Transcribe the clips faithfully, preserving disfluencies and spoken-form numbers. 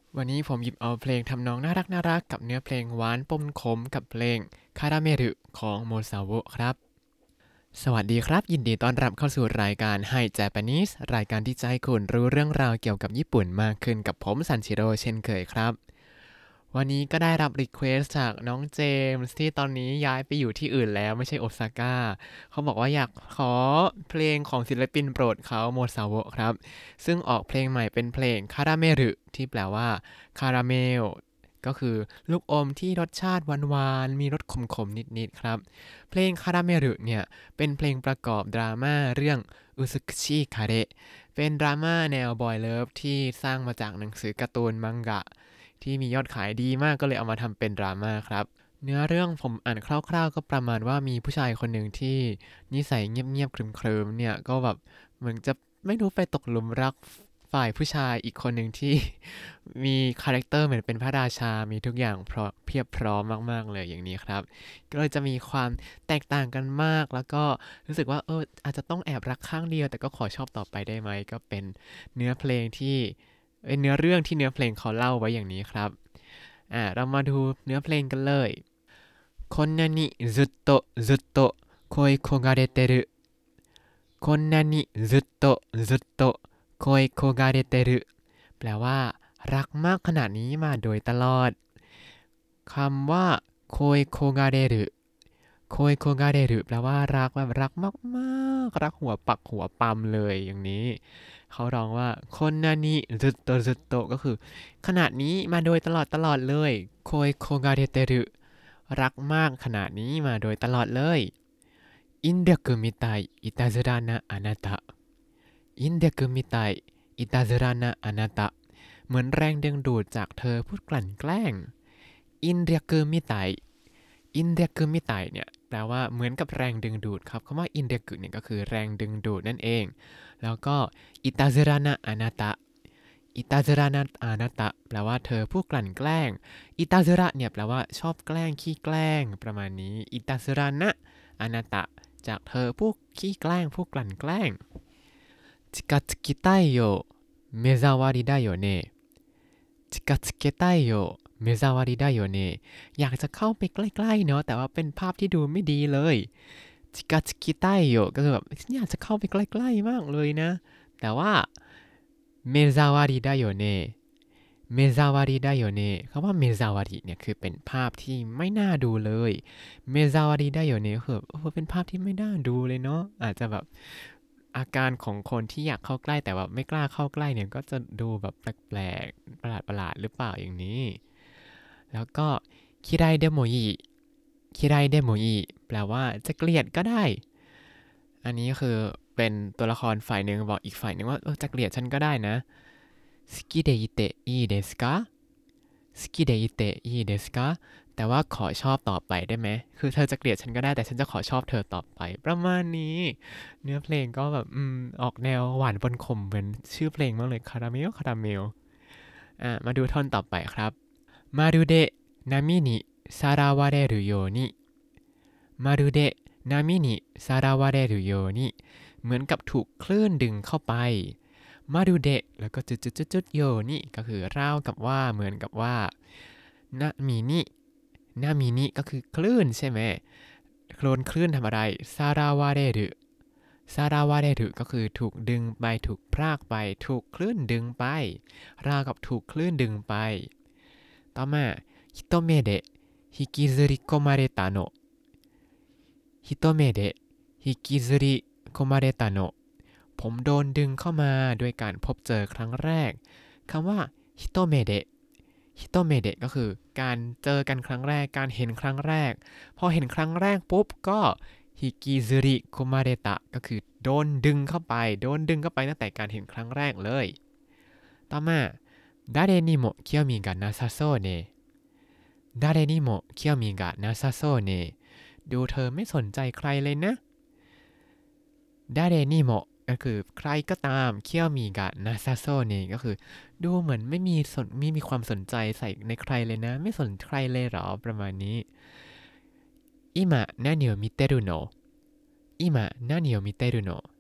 วันนี้ผมหยิบเอาเพลงทำนองน่ารักน่ารักกับเนื้อเพลงหวานปนขมกับเพลงคาราเมรุของโมซาโวะครับสวัสดีครับยินดีต้อนรับเข้าสู่รายการ Hi Japanese รายการที่จะให้คุณรู้เรื่องราวเกี่ยวกับญี่ปุ่นมากขึ้นกับผมซันชิโร่เช่นเคยครับวันนี้ก็ได้รับรีเควสจากน้องเจมส์ที่ตอนนี้ย้ายไปอยู่ที่อื่นแล้วไม่ใช่โอซาก้าเขาบอกว่าอยากขอเพลงของศิลปินโปรดเขาโมซาโวะครับซึ่งออกเพลงใหม่เป็นเพลงคาราเมรุที่แปลว่าคาราเมลก็คือลูกอมที่รสชาติหวานๆมีรสขมๆนิดๆครับเพลงคาราเมรุเนี่ยเป็นเพลงประกอบดราม่าเรื่องอุซึคุชิคาเระเป็นดราม่าแนวบอยเลิฟที่สร้างมาจากหนังสือการ์ตูนมังงะ ที่มียอดขายดีมากก็เลยเอามาทำเป็นดราม่าครับเนื้อเรื่องผมอ่านคร่าวๆก็ประมาณว่ามีผู้ชายคนหนึ่งที่นิสัยเงียบๆเคลิ้มๆเนี่ยก็แบบเหมือนจะไม่รู้ไปตกหลุมรักฝ่ายผู้ชายอีกคนหนึ่งที่มีคาแรคเตอร์เหมือนเป็นพระราชามีทุกอย่างพร้อมเพียบพร้อมมากๆเลยอย่างนี้ครับก็เลยจะมีความแตกต่างกันมากแล้วก็รู้สึกว่าเอออาจจะต้องแอบรักข้างเดียวแต่ก็ขอชอบต่อไปได้ไหมก็เป็นเนื้อเพลงที่ เอ้ยเนื้อเรื่องที่เนื้อเพลงเขาเล่าไว้อย่างนี้ครับอ่าเรามาดูเนื้อเพลงกันเลยこんなにずっとずっと恋焦がれてるこんなにずっとずっと恋焦がれてるแปลว่ารักมากขนาดนี้มาโดยตลอดคำว่าโคยโคกาเรรุโคยโคกาเรรุแปลว่ารักแบบรักมากๆรักหัวปักหัวปั๊มเลยอย่างนี้ เขาร้องว่าคนนานิずっとずっとก็คือขนาดนี้มาโดยตลอดตลอดเลยโคยโคกาเรเตรุรักมากขนาดนี้มาโดยตลอดเลยอินเดียกุมิไตอิตาซึระนะอานาตะอินเดียกุมิไตอิตาซึระนะอานาตะเหมือนแรงดึงดูดจากเธอพูดกลั่นแกล้งอินเดียกุมิไตอินเดียกุมิไตเนี่ยแปลว่าเหมือนกับแรงดึงดูดครับคำว่าอินเดียกุเนี่ยก็คือแรงดึงดูดนั่นเอง แล้วก็อิตาซึระนะอานาตะอิตาซึระนะอานาตะแปลว่าเธอผู้กลั่นแกล้งอิตาซึระเนี่ยแปลว่าชอบแกล้งขี้แกล้งประมาณนี้อิตาซึระนะอานาตะจากเธอผู้ขี้แกล้งผู้กลั่นแกล้ง近づきたいよ目障りだよね近づきたいよ目障りだよねอยากจะเข้าไปใกล้ๆเนาะแต่ว่าเป็นภาพที่ดูไม่ดีเลยจิกาจิกิไตโยก็คือแบบอยากจะเข้าไปใกล้ๆมากเลยนะแต่ว่าเมซาวาริได้โยเน่เมซาวาริได้โยเน่คำว่าเมซาวาริเนี่ยคือเป็นภาพที่ไม่น่าดูเลยเมซาวาริได้โยเน่คือแบบโอ้เป็นภาพที่ไม่น่าดูเลยเนาะอาจจะแบบอาการของคนที่อยากเข้าใกล้แต่ว่าไม่กล้าเข้าใกล้เนี่ยก็จะดูแบบแปลกๆประหลาดๆหรือเปล่าอย่างนี้แล้วก็คิไรเดโมอิคิไรเดโมอิแปลว่าจะเกลียดก็ได้ อันนี้คือเป็นตัวละครฝ่ายหนึ่งบอกอีกฝ่ายหนึ่งว่าเออจะเกลียดฉันก็ได้นะ好きでいていいですか好きでいていいですかแต่ว่าขอชอบต่อไปได้ไหมคือเธอจะเกลียดฉันก็ได้แต่ฉันจะขอชอบเธอต่อไปประมาณนี้เนื้อเพลงก็แบบอืมออกแนวหวานปนขมเหมือนชื่อเพลงมากเลยคาราเมลคาราเมลอ่ะมาดูท่อนต่อไปครับมาดูเดะนามินิซาราわれるようにมาดูเดะนามินิซาราわれるようにเหมือนกับถูกคลื่นดึงเข้าไปมาดูเดะแล้วก็จุดจุดจุดจุดโยนี่ก็คือราวกับว่าเหมือนกับว่านามินินามินิก็คือคลื่นใช่ไหมโคลนคลื่นทำอะไรซาราวาเรรุซาราวาเรรุก็คือถูกดึงไปถูกพรากไปถูกคลื่นดึงไปราวกับถูกคลื่นดึงไปต่อมาฮิโตเมเดะฮิกิซึริโกมาเรตาโนะฮิโตเมเดะฮิกิซึริโกมาเรตาโนะผมโดนดึงเข้ามาด้วยการพบเจอครั้งแรกคำว่าฮิโตเมเดะฮิโตเมเดะก็คือการเจอกันครั้งแรกการเห็นครั้งแรกพอเห็นครั้งแรกปุ๊บก็ฮิกิซึริโกมาเรตะก็คือโดนดึงเข้าไปโดนดึงเข้าไปตั้งแต่การเห็นครั้งแรกเลยต่อมา誰にも興味がなさそうね誰にも興味がなさそうねดูเธอไม่สนใจใครเลยนะ誰にもก็คือใครก็ตามเคียวมีกะนาซาโซเน่ก็คือดูเหมือนไม่มีสนไม่มีความสนใจใส่ในใครเลยนะไม่สนใครเลยหรอประมาณนี้今何を見てるの今何を見てるの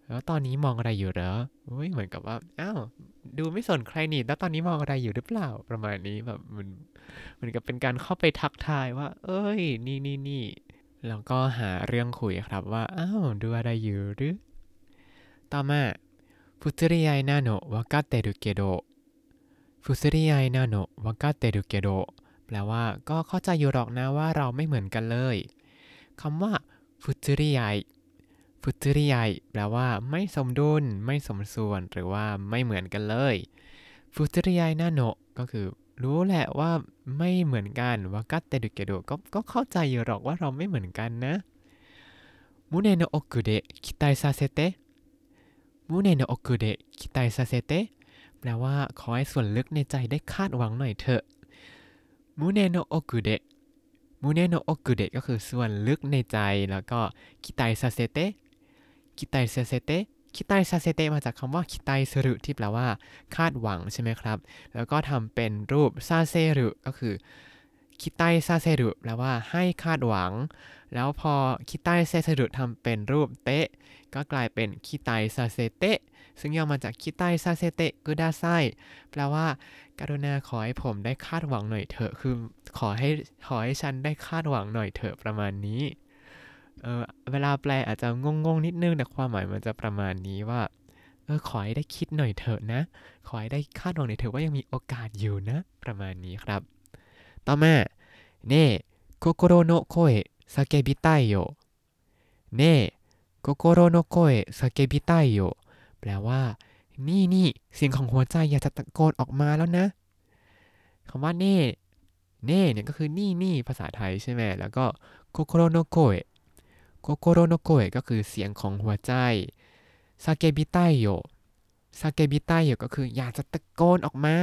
แล้วตอนนี้มองอะไรอยู่เหรออุ้ยเหมือนกับว่าอ้าวดูไม่สนใครนี่แล้วตอนนี้มองอะไรอยู่หรือเปล่าประมาณนี้แบบมันเหมือนกับเป็นการเข้าไปทักทายว่าเอ้ยนี่นี่นี่แล้วก็หาเรื่องคุยครับว่าอ้าวดูอะไรอยู่หรือต่อมาฟุตริไยนาโนะวากาเตรุเกโดฟุตริไยนาโนะวากาเตรุเกโดแปลว่าก็เข้าใจอยู่หรอกนะว่าเราไม่เหมือนกันเลยคำว่าฟุตริไยฟุตริไยแปลว่าไม่สมดุลไม่สมส่วนหรือว่าไม่เหมือนกันเลยฟุตริไยนาโนะก็คือรู้แหละว่าไม่เหมือนกันวากาเตรุเกโดก็ก็เข้าใจอยู่หรอกว่าเราไม่เหมือนกันนะมุเนโนะโอคุเดะคิไตซาเซเตะมุเนโนะโอคุเดะคิไตซาเซเตะแปลว่าขอให้ส่วนลึกในใจได้คาดหวังหน่อยเถอะมุเนโนะโอคุเดะมุเนโนะโอคุเดะก็คือส่วนลึกในใจแล้วก็คิไตซาเซเตะคิไตซาเซเตะคิไตซาเซเตะมาจากคำว่าคิไตสรุที่แปลว่าคาดหวังใช่ไหมครับแล้วก็ทำเป็นรูปซาเซรุก็คือคิไตซาเซรุแปลว่าให้คาดหวังแล้วพอคิไตซาเซรุทำเป็นรูปเตะก็กลายเป็นคิไตซาเซเตะซึ่งย่อมาจากคิไตซาเซเตะกุดาไซแปลว่ากรุณาขอให้ผมได้คาดหวังหน่อยเถอะคือขอให้ขอให้ฉันได้คาดหวังหน่อยเถอะประมาณนี้เออเวลาแปลอาจจะงงๆนิดนึงแต่ความหมายมันจะประมาณนี้ว่าเออขอให้ได้คิดหน่อยเถอะนะขอให้ได้คาดหวังหน่อยเถอะว่ายังมีโอกาสอยู่นะประมาณนี้ครับต่อมาเน่โคโคโรโนะโคเอะซาเกบิไตโยเน่โคโคโรโนะโคเอะซาเกบิไตโยแปลว่านี่นี่เสียงของหัวใจอยากจะตะโกนออกมาแล้วนะคำว่าเน่เน่เนี่ยก็คือนี่นี่ภาษาไทยใช่ไหมแล้วก็โคโคโรโนะโคเอะโคโคโรโนะโกเอะก็คือเสียงของหัวใจซาเกบิไตโยซาเกบิไตโยก็คืออยากจะตะโกนออกมา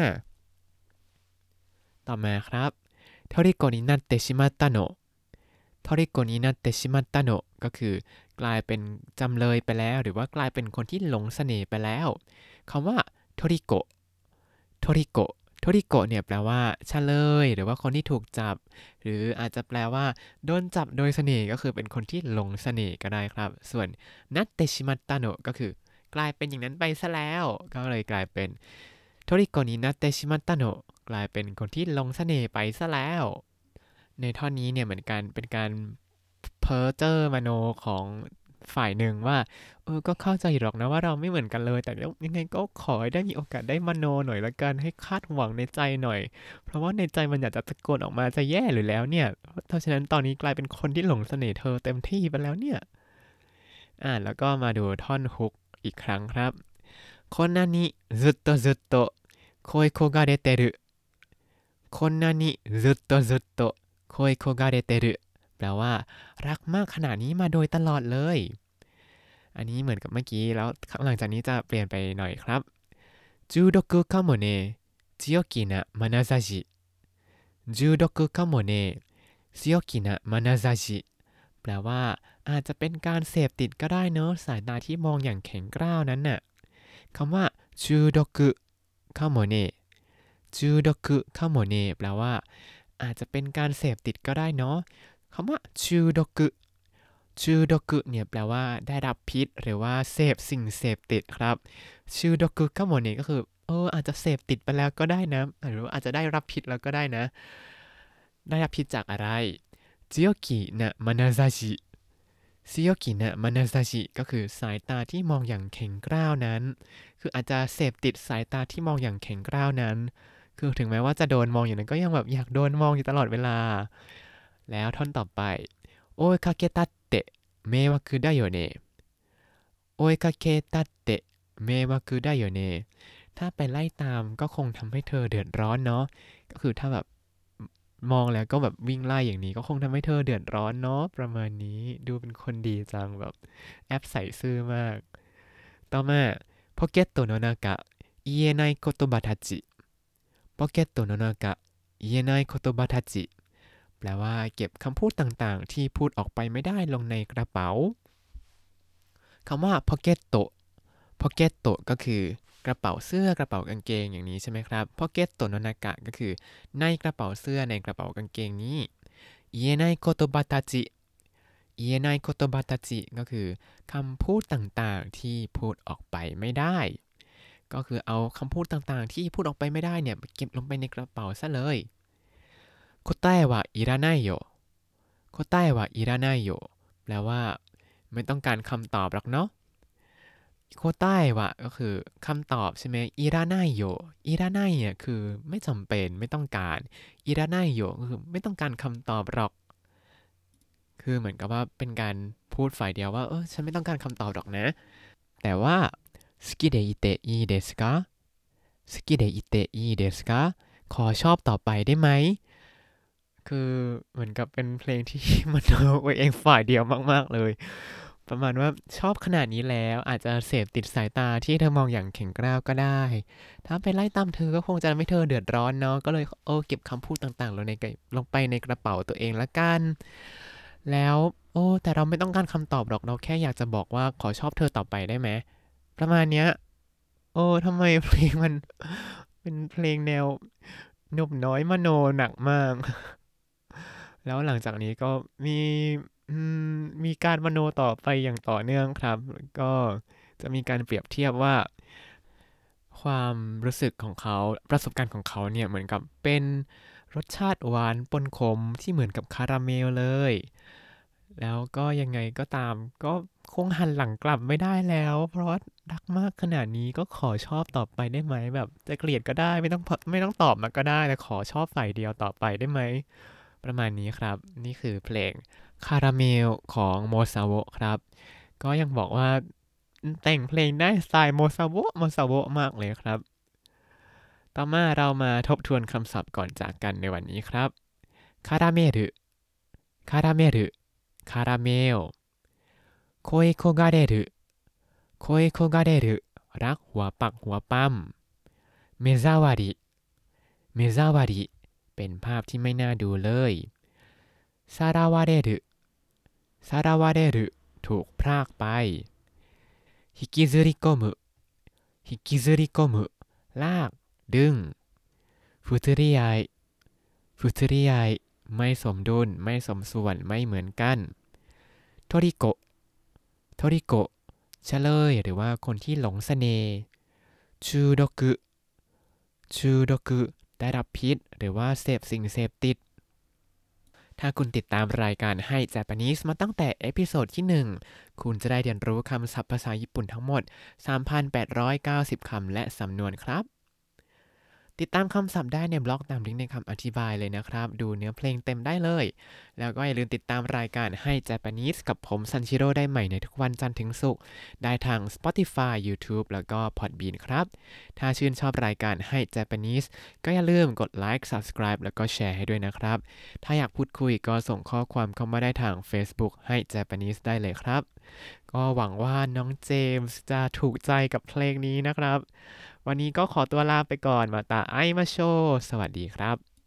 ต่อมาครับโทริโกนินัตเตชิมัตตะโนะโทริโกนินัตเตชิมัตตะโนะก็คือกลายเป็นจำเลยไปแล้วหรือว่ากลายเป็นคนที่หลงเสน่ห์ไปแล้วคำว่าโทริโกโทริโกโทริโกเนี่ยแปลว่าเฉลยหรือว่าคนที่ถูกจับหรืออาจจะแปลว่าโดนจับโดยเสน่ห์ก็คือเป็นคนที่หลงเสน่ห์ก็ได้ครับส่วนนัตเตชิมัตตะโนะก็คือกลายเป็นอย่างนั้นไปซะแล้วก็เลยกลายเป็นโทริโกนินัตเตชิมัตตะโนะกลายเป็นคนที่หลงเสน่ห์ไปซะแล้วในท่อนนี้เนี่ยเหมือนกันเป็นการเพ้อเจ้อมโนของฝ่ายหนึ่งว่าเออก็เข้าใจหรอกนะว่าเราไม่เหมือนกันเลยแต่ยังไงก็ขอให้ได้มีโอกาสได้มโนหน่อยละกันให้คาดหวังในใจหน่อยเพราะว่าในใจมันอยากจะตะโกนออกมาจะแย่หรือแล้วเนี่ยเพราะฉะนั้นตอนนี้กลายเป็นคนที่หลงเสน่ห์เธอเต็มที่ไปแล้วเนี่ยอ่าแล้วก็มาดูท่อนฮุกอีกครั้งครับこんなにずっとずっと恋焦がれてるこんなにずっとずっと恋焦がれてるแปลว่ารักมากขนาดนี้มาโดยตลอดเลยอันนี้เหมือนกับเมื่อกี้แล้วหลังจากนี้จะเปลี่ยนไปหน่อยครับจูดกุかもね強気な眼差しจูดกุかもね強気な眼差しแปลว่าอาจจะเป็นการเสพติดก็ได้เนอะสายตาที่มองอย่างแข็งกร้าวนั้นน่ะคำว่าจูดกุかもねจูดกุかもねแปลว่าอาจจะเป็นการเสพติดก็ได้เนาะคำว่าจูดกุจูดกุเนี่ยแปลว่าได้รับพิษหรือว่าเสพสิ่งเสพติดครับจูดกุかもねก็คือเอออาจจะเสพติดไปแล้วก็ได้นะหรือว่าอาจจะได้รับพิษแล้วก็ได้นะได้รับพิษจากอะไรจิโยกินะมานาซาชิซิโยกินะมานาซาชิก็คือสายตาที่มองอย่างแข็งกร้าวนั้นคืออาจจะเสพติดสายตาที่มองอย่างแข็งกร้าวนั้นคือถึงแม้ว่าจะโดนมองอยู่นั้นก็ยังแบบอยากโดนมองอยู่ตลอดเวลาแล้วท่อนต่อไปโอยคาเกตัตเตะเมวะคือได้โยเนโอยคาเกตัตเตะเมวะคือได้โยเนถ้าไปไล่ตามก็คงทำให้เธอเดือดร้อนเนาะก็คือถ้าแบบมองแล้วก็แบบวิ่งไล่อย่างนี้ก็คงทำให้เธอเดือดร้อนเนาะประมาณนี้ดูเป็นคนดีจังแบบแอปใส่ซื่อมากต่อมาポケットの中言えない言葉たちポケットの中言えない言葉たちแปลว่าเก็บคำพูดต่างๆที่พูดออกไปไม่ได้ลงในกระเป๋าคำว่า pocket พ็อกเก็ตโตก็คือกระเป๋าเสื้อกระเป๋ากางเกงอย่างนี้ใช่ไหมครับพ็อกเก็ตโตโนนากะก็คือในกระเป๋าเสื้อในกระเป๋ากางเกงนี้言えない言葉たち言えない言葉たちก็คือคำพูดต่างๆที่พูดออกไปไม่ได้ก็คือเอาคำพูดต่างๆที่พูดออกไปไม่ได้เนี่ยเก็บลงไปในกระเป๋าซะเลย答えはいらないよ答えはいらないよแปลว่าไม่ต้องการคำตอบหรอกเนาะโคต้วะก็คือคำตอบใช่ไหมอิราไนโยอิราไนเนี่ยคือไม่จำเป็นไม่ต้องการอิราไนโยก็คือไม่ต้องการคำตอบหรอกคือเหมือนกับว่าเป็นการพูดฝ่ายเดียวว่าเออฉันไม่ต้องการคำตอบหรอกนะแต่ว่า好きでいていいですか好きでいていいですかขอชอบต่อไปได้ไหมคือเหมือนกับเป็นเพลงที่มันเอาไว้เองฝ่ายเดียวมากๆเลยประมาณว่าชอบขนาดนี้แล้วอาจจะเสพติดสายตาที่เธอมองอย่างแข็งกร้าวก็ได้ถ้าไปไล่ตามเธอก็คงจะไม่เธอเดือดร้อนเนาะก็เลยโอ้เก็บคำพูดต่างๆลงในลงไปในกระเป๋าตัวเองละกันแล้วโอ้แต่เราไม่ต้องการคำตอบหรอกเราแค่อยากจะบอกว่าขอชอบเธอต่อไปได้ไหมประมาณเนี้ยโอ้ทำไมเพลงมันเป็นเพลงแนวหนุ่มน้อยมโนหนักมากแล้วหลังจากนี้ก็มีมีการมโนต่อไปอย่างต่อเนื่องครับก็จะมีการเปรียบเทียบว่าความรู้สึกของเขาประสบการณ์ของเขาเนี่ยเหมือนกับเป็นรสชาติหวานปนขมที่เหมือนกับคาราเมลเลยแล้วก็ยังไงก็ตามก็คงหันหลังกลับไม่ได้แล้วเพราะรักมากขนาดนี้ก็ขอชอบต่อไปได้ไหมแบบจะเกลียดก็ได้ไม่ต้องไม่ต้องตอบมาก็ได้แต่ขอชอบฝ่ายเดียวต่อไปได้ไหมประมาณนี้ครับนี่คือเพลงคาราเมลของโมซาโวะครับก็ยังบอกว่าแต่งเพลงได้สไตล์โมซาโวะโมซาโวะมากเลยครับต่อมาเรามาทบทวนคำศัพท์ก่อนจากกันในวันนี้ครับคาราเมลคาราเมลคาราเมล恋焦がれる恋焦がれるรักหัวปักหัวปั้มเมซาวาริเมซาวาริเป็นภาพที่ไม่น่าดูเลยซาราวาเรรุซาราวาเรรุถูกพรากไปฮิกิซึริโกมุฮิกิซึริโกมุลากดึงฟุตุริไอฟุตุริไอไม่สมดุลไม่สมส่วนไม่เหมือนกันโทริโกโทริโกเฉลยหรือว่าคนที่หลงเสน่ห์ชูโดกุชูโดกุได้รับพิษหรือว่าเสพสิ่งเสพติดถ้าคุณติดตามรายการให้ Japanese มาตั้งแต่เอพิโซดที่หนึ่งคุณจะได้เรียนรู้คำศัพท์ภาษาญี่ปุ่นทั้งหมด สามพันแปดร้อยเก้าสิบ คำและสำนวนครับติดตามคำศัพท์ได้ในบล็อกตามลิงก์ในคำอธิบายเลยนะครับดูเนื้อเพลงเต็มได้เลยแล้วก็อย่าลืมติดตามรายการให้ Japanese กับผมซันชิโร่ได้ใหม่ในทุกวันจันทร์ถึงศุกร์ได้ทาง Spotify YouTube แล้วก็ Podbean ครับถ้าชื่นชอบรายการให้ Japanese ก็อย่าลืมกดไลค์ Subscribe แล้วก็แชร์ให้ด้วยนะครับถ้าอยากพูดคุยก็ส่งข้อความเข้ามาได้ทาง Facebook ให้ Japanese ได้เลยครับก็หวังว่าน้องเจมส์จะถูกใจกับเพลงนี้นะครับวันนี้ก็ขอตัวลาไปก่อนมาตาไอมาโชสวัสดีครับ